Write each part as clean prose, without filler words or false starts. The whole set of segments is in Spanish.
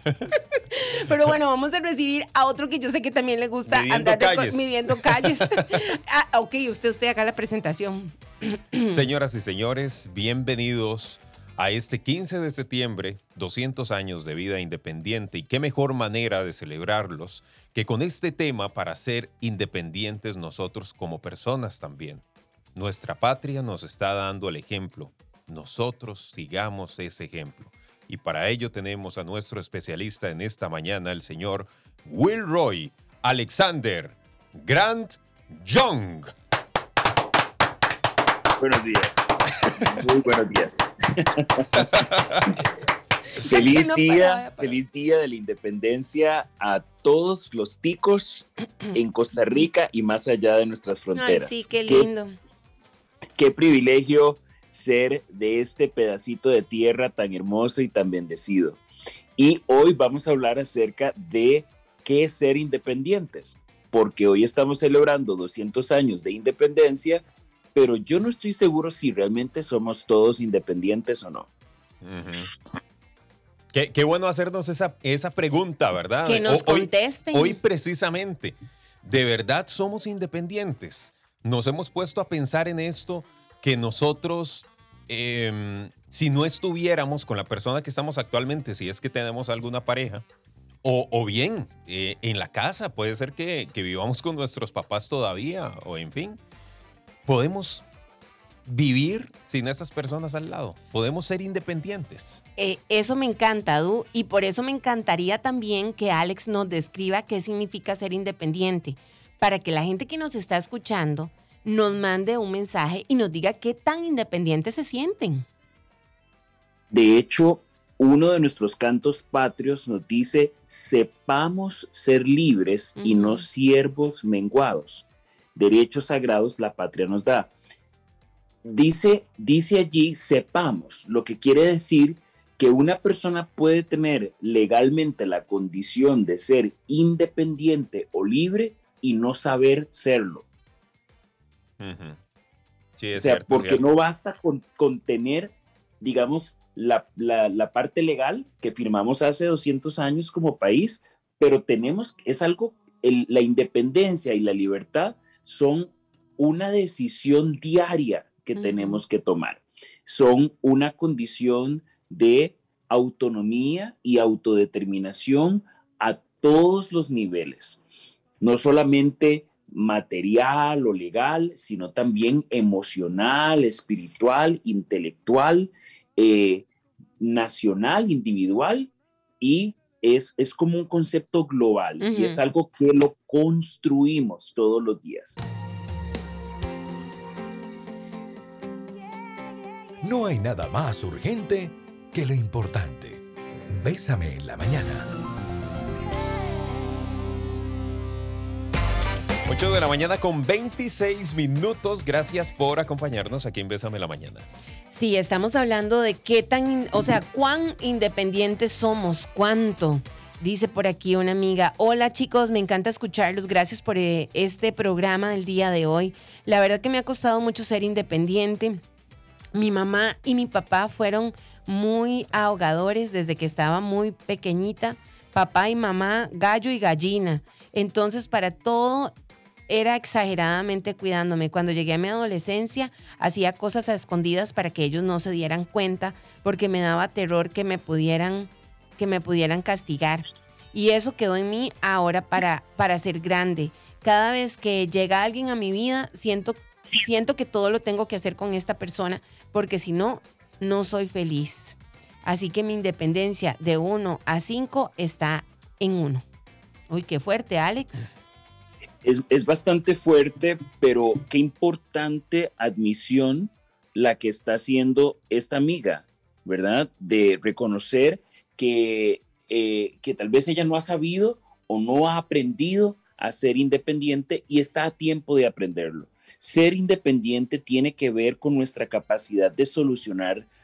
Pero bueno, vamos a recibir a otro que yo sé que también le gusta Midiendo andar calles. midiendo calles. Ok, usted haga la presentación. Señoras y señores, bienvenidos a este 15 de septiembre, 200 años de vida independiente, y qué mejor manera de celebrarlos que con este tema para ser independientes nosotros como personas también. Nuestra patria nos está dando el ejemplo. Nosotros sigamos ese ejemplo. Y para ello tenemos a nuestro especialista en esta mañana, el señor Wilroy Alexander Grant Young. Buenos días. Muy buenos días. Feliz día de la independencia a todos los ticos en Costa Rica y más allá de nuestras fronteras. Ay, sí, qué lindo. Qué privilegio ser de este pedacito de tierra tan hermoso y tan bendecido. Y hoy vamos a hablar acerca de qué es ser independientes, porque hoy estamos celebrando 200 años de independencia, pero yo no estoy seguro si realmente somos todos independientes o no. Uh-huh. Qué bueno hacernos esa pregunta, ¿verdad? Que nos contesten. Hoy precisamente, ¿de verdad somos independientes? Nos hemos puesto a pensar en esto, que nosotros, si no estuviéramos con la persona que estamos actualmente, si es que tenemos alguna pareja, o bien en la casa, puede ser que vivamos con nuestros papás todavía, o en fin, podemos vivir sin esas personas al lado. Podemos ser independientes. Eso me encanta, Du, y por eso me encantaría también que Alex nos describa qué significa ser independiente, para que la gente que nos está escuchando nos mande un mensaje y nos diga qué tan independientes se sienten. De hecho, uno de nuestros cantos patrios nos dice: sepamos ser libres y no siervos menguados. Derechos sagrados la patria nos da. Dice allí sepamos, lo que quiere decir que una persona puede tener legalmente la condición de ser independiente o libre y no saber serlo. Uh-huh. Sí, es o sea, cierto, porque cierto. no basta con tener, digamos, la parte legal que firmamos hace 200 años como país, pero la independencia y la libertad son una decisión diaria que tenemos que tomar. Son una condición de autonomía y autodeterminación a todos los niveles. No solamente material o legal, sino también emocional, espiritual, intelectual, nacional, individual, y es como un concepto global, y es algo que lo construimos todos los días. No hay nada más urgente que lo importante. Bésame en la mañana. 8 de la mañana con 26 minutos. Gracias por acompañarnos aquí en Bésame la Mañana. Sí, estamos hablando de cuán independientes somos, cuánto. Dice por aquí una amiga: hola chicos, me encanta escucharlos, gracias por este programa del día de hoy. La verdad que me ha costado mucho ser independiente. Mi mamá y mi papá fueron muy ahogadores desde que estaba muy pequeñita. Papá y mamá, gallo y gallina. Entonces, para todo era exageradamente cuidándome. Cuando llegué a mi adolescencia, hacía cosas a escondidas para que ellos no se dieran cuenta, porque me daba terror que me pudieran castigar. Y eso quedó en mí ahora para ser grande. Cada vez que llega alguien a mi vida, siento que todo lo tengo que hacer con esta persona, porque si no, no soy feliz. Así que mi independencia de 1 a 5 está en 1. Uy, qué fuerte, Alex. Es bastante fuerte, pero qué importante admisión la que está haciendo esta amiga, ¿verdad? De reconocer que tal vez ella no ha sabido o no ha aprendido a ser independiente y está a tiempo de aprenderlo. Ser independiente tiene que ver con nuestra capacidad de solucionar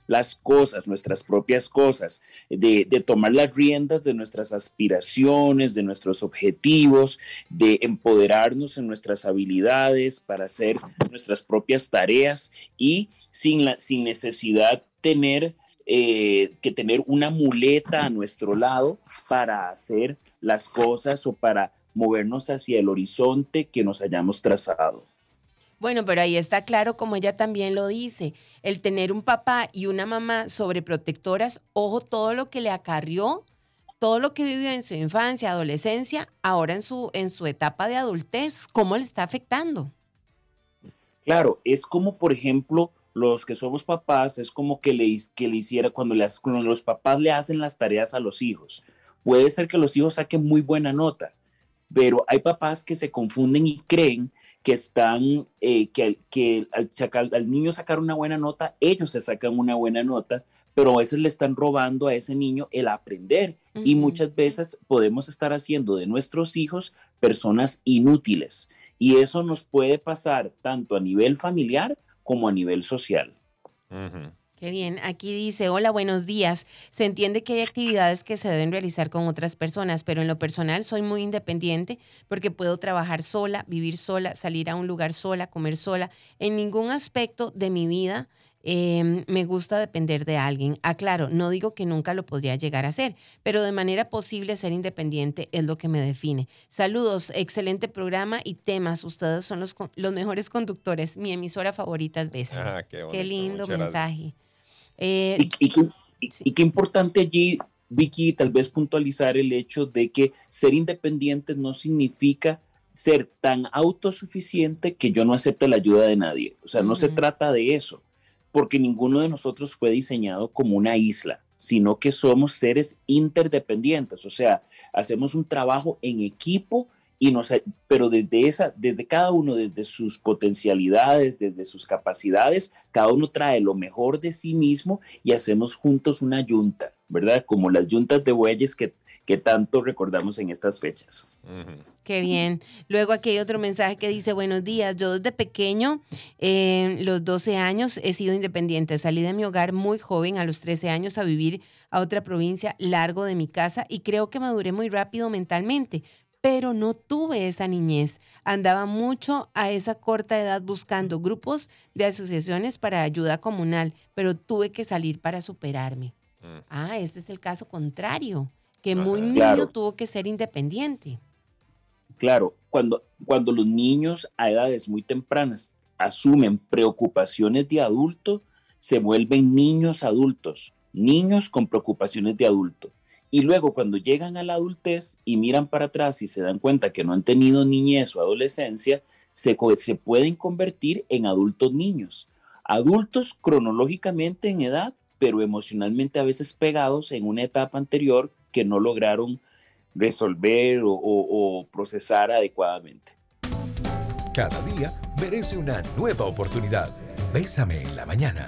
las cosas, nuestras propias cosas, de tomar las riendas de nuestras aspiraciones, de nuestros objetivos, de empoderarnos en nuestras habilidades para hacer nuestras propias tareas y sin necesidad que tener una muleta a nuestro lado para hacer las cosas o para movernos hacia el horizonte que nos hayamos trazado. Bueno, pero ahí está claro, como ella también lo dice, el tener un papá y una mamá sobreprotectoras, ojo, todo lo que le acarrió, todo lo que vivió en su infancia, adolescencia, ahora en su etapa de adultez, ¿cómo le está afectando? Claro, es como, por ejemplo, los que somos papás, es como que le hiciera cuando los papás le hacen las tareas a los hijos. Puede ser que los hijos saquen muy buena nota, pero hay papás que se confunden y creen que que al niño sacar una buena nota, ellos se sacan una buena nota, pero a veces le están robando a ese niño el aprender. Y muchas veces podemos estar haciendo de nuestros hijos personas inútiles. Y eso nos puede pasar tanto a nivel familiar como a nivel social. Qué bien. Aquí dice, hola, buenos días. Se entiende que hay actividades que se deben realizar con otras personas, pero en lo personal soy muy independiente porque puedo trabajar sola, vivir sola, salir a un lugar sola, comer sola. En ningún aspecto de mi vida me gusta depender de alguien. Aclaro, no digo que nunca lo podría llegar a hacer, pero de manera posible ser independiente es lo que me define. Saludos, excelente programa y temas. Ustedes son los mejores conductores. Mi emisora favorita es Bésame. Qué bonito, qué lindo mensaje. Y qué importante allí, Vicky, tal vez puntualizar el hecho de que ser independiente no significa ser tan autosuficiente que yo no acepte la ayuda de nadie. O sea, no se trata de eso, porque ninguno de nosotros fue diseñado como una isla, sino que somos seres interdependientes. O sea, hacemos un trabajo en equipo pero desde cada uno, desde sus potencialidades, desde sus capacidades, cada uno trae lo mejor de sí mismo y hacemos juntos una yunta, ¿verdad? Como las yuntas de bueyes que tanto recordamos en estas fechas. Qué bien. Luego aquí hay otro mensaje que dice, buenos días, yo desde pequeño, los 12 años, he sido independiente. Salí de mi hogar muy joven, a los 13 años, a vivir a otra provincia largo de mi casa y creo que maduré muy rápido mentalmente. Pero no tuve esa niñez. Andaba mucho a esa corta edad buscando grupos de asociaciones para ayuda comunal, pero tuve que salir para superarme. Este es el caso contrario, que muy niño tuvo que ser independiente. Claro, cuando los niños a edades muy tempranas asumen preocupaciones de adulto, se vuelven niños adultos, niños con preocupaciones de adulto. Y luego cuando llegan a la adultez y miran para atrás y se dan cuenta que no han tenido niñez o adolescencia, se pueden convertir en adultos niños. Adultos cronológicamente en edad, pero emocionalmente a veces pegados en una etapa anterior que no lograron resolver o procesar adecuadamente. Cada día merece una nueva oportunidad. Bésame en la mañana.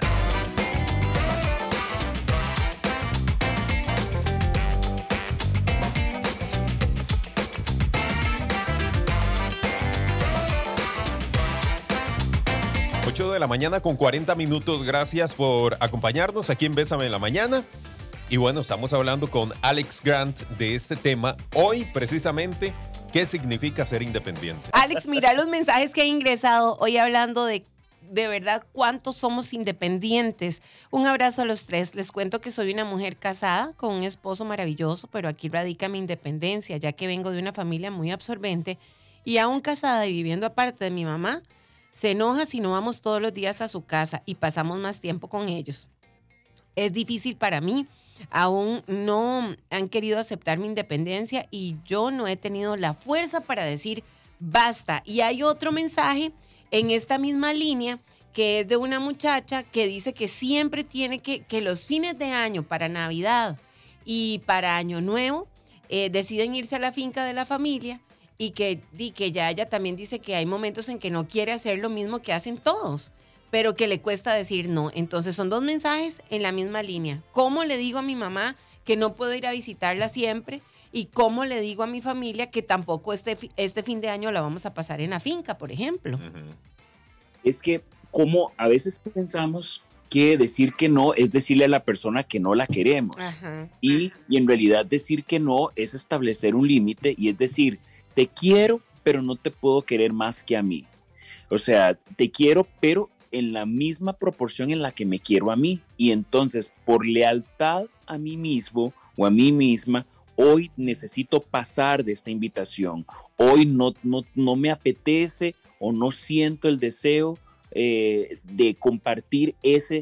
8 de la mañana con 40 minutos. Gracias por acompañarnos aquí en Bésame en la Mañana. Y bueno, estamos hablando con Alex Grant de este tema. Hoy, precisamente, ¿qué significa ser independiente? Alex, mira los mensajes que he ingresado hoy hablando de verdad cuántos somos independientes. Un abrazo a los tres. Les cuento que soy una mujer casada con un esposo maravilloso, pero aquí radica mi independencia, ya que vengo de una familia muy absorbente y aún casada y viviendo aparte de mi mamá, se enoja si no vamos todos los días a su casa y pasamos más tiempo con ellos. Es difícil para mí. Aún no han querido aceptar mi independencia y yo no he tenido la fuerza para decir basta. Y hay otro mensaje en esta misma línea que es de una muchacha que dice que siempre tiene que los fines de año para Navidad y para Año Nuevo deciden irse a la finca de la familia y que ya ella también dice que hay momentos en que no quiere hacer lo mismo que hacen todos, pero que le cuesta decir no. Entonces son dos mensajes en la misma línea. ¿Cómo le digo a mi mamá que no puedo ir a visitarla siempre? Y cómo le digo a mi familia que tampoco este fin de año la vamos a pasar en la finca, por ejemplo. Es que como a veces pensamos que decir que no es decirle a la persona que no la queremos. Ajá. Y en realidad decir que no es establecer un límite y es decir, te quiero, pero no te puedo querer más que a mí. O sea, te quiero, pero en la misma proporción en la que me quiero a mí. Y entonces, por lealtad a mí mismo o a mí misma, hoy necesito pasar de esta invitación. Hoy no me apetece o no siento el deseo de compartir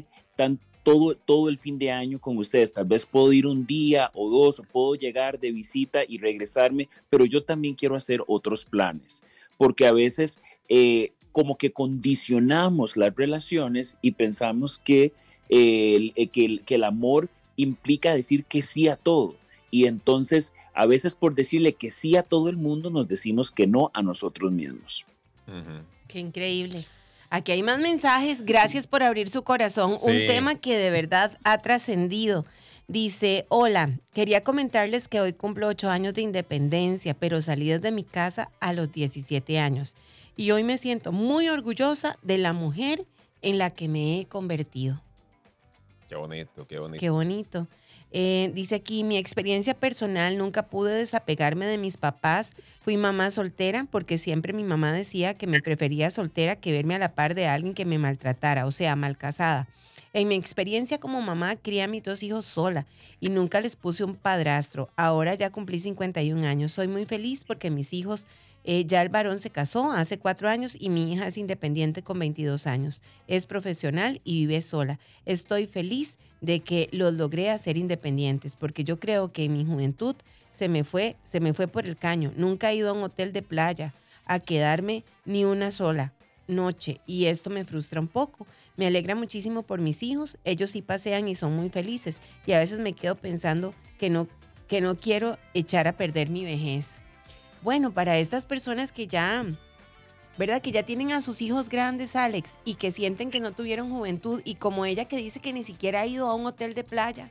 todo el fin de año con ustedes. Tal vez puedo ir un día o dos, o puedo llegar de visita y regresarme, pero yo también quiero hacer otros planes, porque a veces como que condicionamos las relaciones y pensamos que el amor implica decir que sí a todo. Y entonces, a veces por decirle que sí a todo el mundo, nos decimos que no a nosotros mismos. Qué increíble. Aquí hay más mensajes. Gracias por abrir su corazón. Sí. Un tema que de verdad ha trascendido. Dice, hola, quería comentarles que hoy cumplo 8 años de independencia, pero salí desde mi casa a los 17 años. Y hoy me siento muy orgullosa de la mujer en la que me he convertido. Qué bonito, qué bonito. Qué bonito. Dice aquí, mi experiencia personal, nunca pude desapegarme de mis papás. Fui mamá soltera porque siempre mi mamá decía que me prefería soltera que verme a la par de alguien que me maltratara, o sea, mal casada. En mi experiencia como mamá, crié a mis 2 hijos sola y nunca les puse un padrastro. Ahora ya cumplí 51 años. Soy muy feliz porque mis hijos, ya el varón se casó hace 4 años y mi hija es independiente con 22 años. Es profesional y vive sola. Estoy feliz de que los logré hacer independientes, porque yo creo que en mi juventud se me fue por el caño. Nunca he ido a un hotel de playa a quedarme ni una sola noche y esto me frustra un poco. Me alegra muchísimo por mis hijos, ellos sí pasean y son muy felices y a veces me quedo pensando que no quiero echar a perder mi vejez. Bueno, para estas personas que ya, ¿verdad? Que ya tienen a sus hijos grandes, Alex, y que sienten que no tuvieron juventud, y como ella que dice que ni siquiera ha ido a un hotel de playa,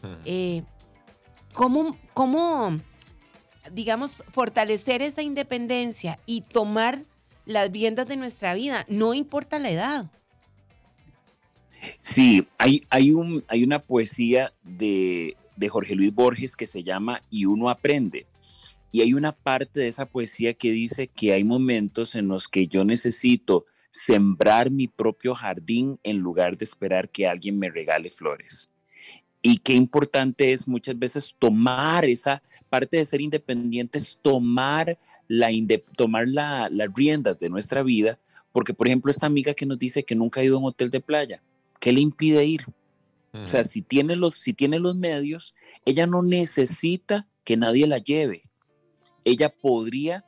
¿cómo, digamos, fortalecer esa independencia y tomar las riendas de nuestra vida? No importa la edad. Sí, hay una poesía de Jorge Luis Borges que se llama Y uno aprende. Y hay una parte de esa poesía que dice que hay momentos en los que yo necesito sembrar mi propio jardín en lugar de esperar que alguien me regale flores. Y qué importante es muchas veces tomar esa parte de ser independientes, tomar las riendas de nuestra vida, porque por ejemplo esta amiga que nos dice que nunca ha ido a un hotel de playa, ¿qué le impide ir? O sea, si tiene los medios, ella no necesita que nadie la lleve. Ella podría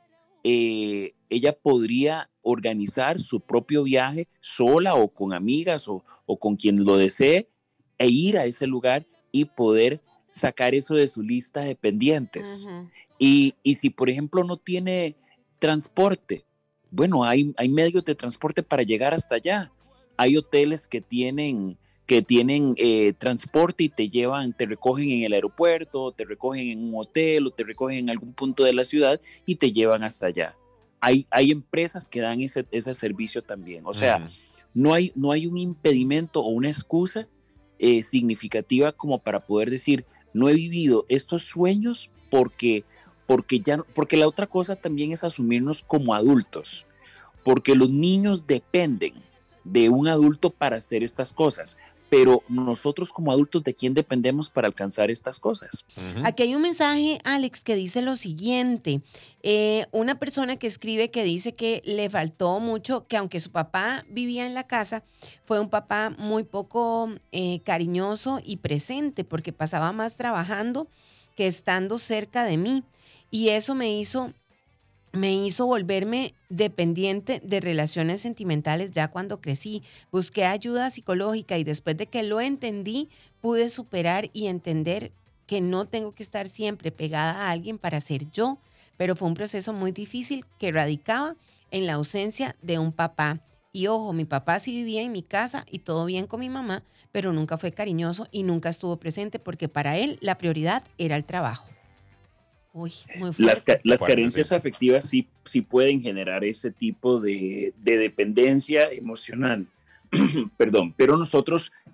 organizar su propio viaje sola o con amigas o con quien lo desee e ir a ese lugar y poder sacar eso de su lista de pendientes. Y si, por ejemplo, no tiene transporte, bueno, hay medios de transporte para llegar hasta allá. Hay hoteles que tienen transporte y te recogen en el aeropuerto, te recogen en un hotel o te recogen en algún punto de la ciudad y te llevan hasta allá. Hay empresas que dan ese servicio también. O sea, no hay un impedimento o una excusa significativa como para poder decir, no he vivido estos sueños porque la otra cosa también es asumirnos como adultos, porque los niños dependen de un adulto para hacer estas cosas. Pero nosotros como adultos, ¿de quién dependemos para alcanzar estas cosas? Aquí hay un mensaje, Alex, que dice lo siguiente. Una persona que escribe que dice que le faltó mucho, que aunque su papá vivía en la casa, fue un papá muy poco cariñoso y presente, porque pasaba más trabajando que estando cerca de mí. Y eso me hizo volverme dependiente de relaciones sentimentales ya cuando crecí. Busqué ayuda psicológica y después de que lo entendí, pude superar y entender que no tengo que estar siempre pegada a alguien para ser yo, pero fue un proceso muy difícil que radicaba en la ausencia de un papá. Y ojo, mi papá sí vivía en mi casa y todo bien con mi mamá, pero nunca fue cariñoso y nunca estuvo presente porque para él la prioridad era el trabajo. Uy, muy fuerte. Las carencias afectivas sí pueden generar ese tipo de dependencia emocional. Perdón, pero nosotros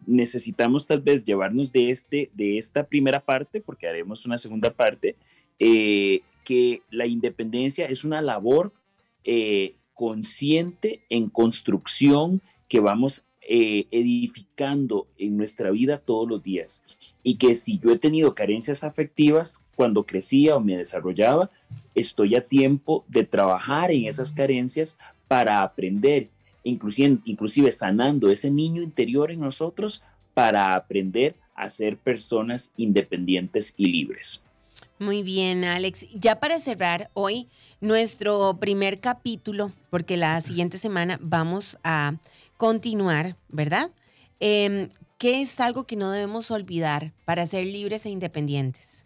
necesitamos tal vez llevarnos de esta primera parte, porque haremos una segunda parte, que la independencia es una labor consciente en construcción que vamos edificando en nuestra vida todos los días, y que si yo he tenido carencias afectivas cuando crecía o me desarrollaba, estoy a tiempo de trabajar en esas carencias para aprender, inclusive sanando ese niño interior en nosotros para aprender a ser personas independientes y libres. Muy bien, Alex. Ya para cerrar hoy nuestro primer capítulo, porque la siguiente semana vamos a continuar, ¿verdad? ¿Qué es algo que no debemos olvidar para ser libres e independientes?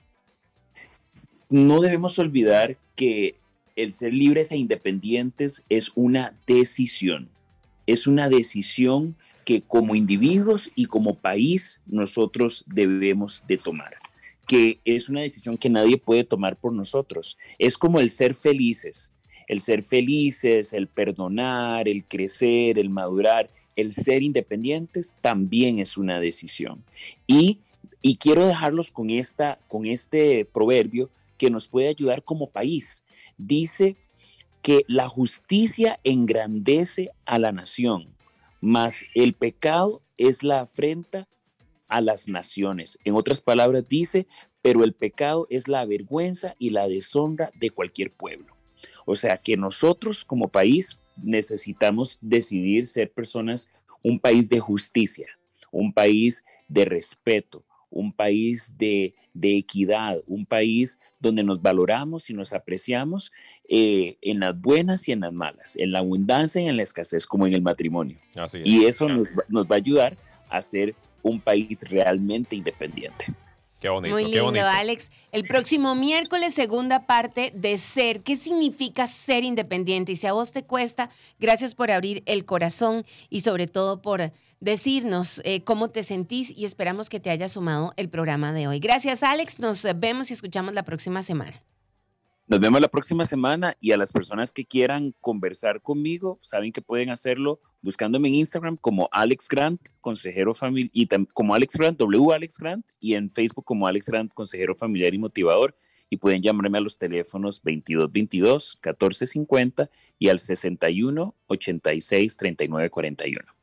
No debemos olvidar que el ser libres e independientes es una decisión. Es una decisión que como individuos y como país nosotros debemos de tomar, que es una decisión que nadie puede tomar por nosotros. Es como el ser felices, el perdonar, el crecer, el madurar, el ser independientes también es una decisión. Y quiero dejarlos con este proverbio que nos puede ayudar como país. Dice que la justicia engrandece a la nación, mas el pecado es la afrenta a las naciones. En otras palabras dice, pero el pecado es la vergüenza y la deshonra de cualquier pueblo. O sea que nosotros como país necesitamos decidir ser personas, un país de justicia, un país de respeto, un país de equidad, un país donde nos valoramos y nos apreciamos en las buenas y en las malas, en la abundancia y en la escasez, como en el matrimonio. Así es. Y eso nos va a ayudar a ser un país realmente independiente. Qué bonito, muy qué lindo, bonito. Alex. El próximo miércoles, segunda parte de ser. ¿Qué significa ser independiente? Y si a vos te cuesta, gracias por abrir el corazón y sobre todo por decirnos cómo te sentís, y esperamos que te haya sumado el programa de hoy. Gracias, Alex. Nos vemos y escuchamos la próxima semana. Nos vemos la próxima semana, y a las personas que quieran conversar conmigo, saben que pueden hacerlo buscándome en Instagram como Alex Grant, consejero familiar, y como Alex Grant, Alex Grant, y en Facebook como Alex Grant, consejero familiar y motivador, y pueden llamarme a los teléfonos 2222-1450 y al 61-86-3941.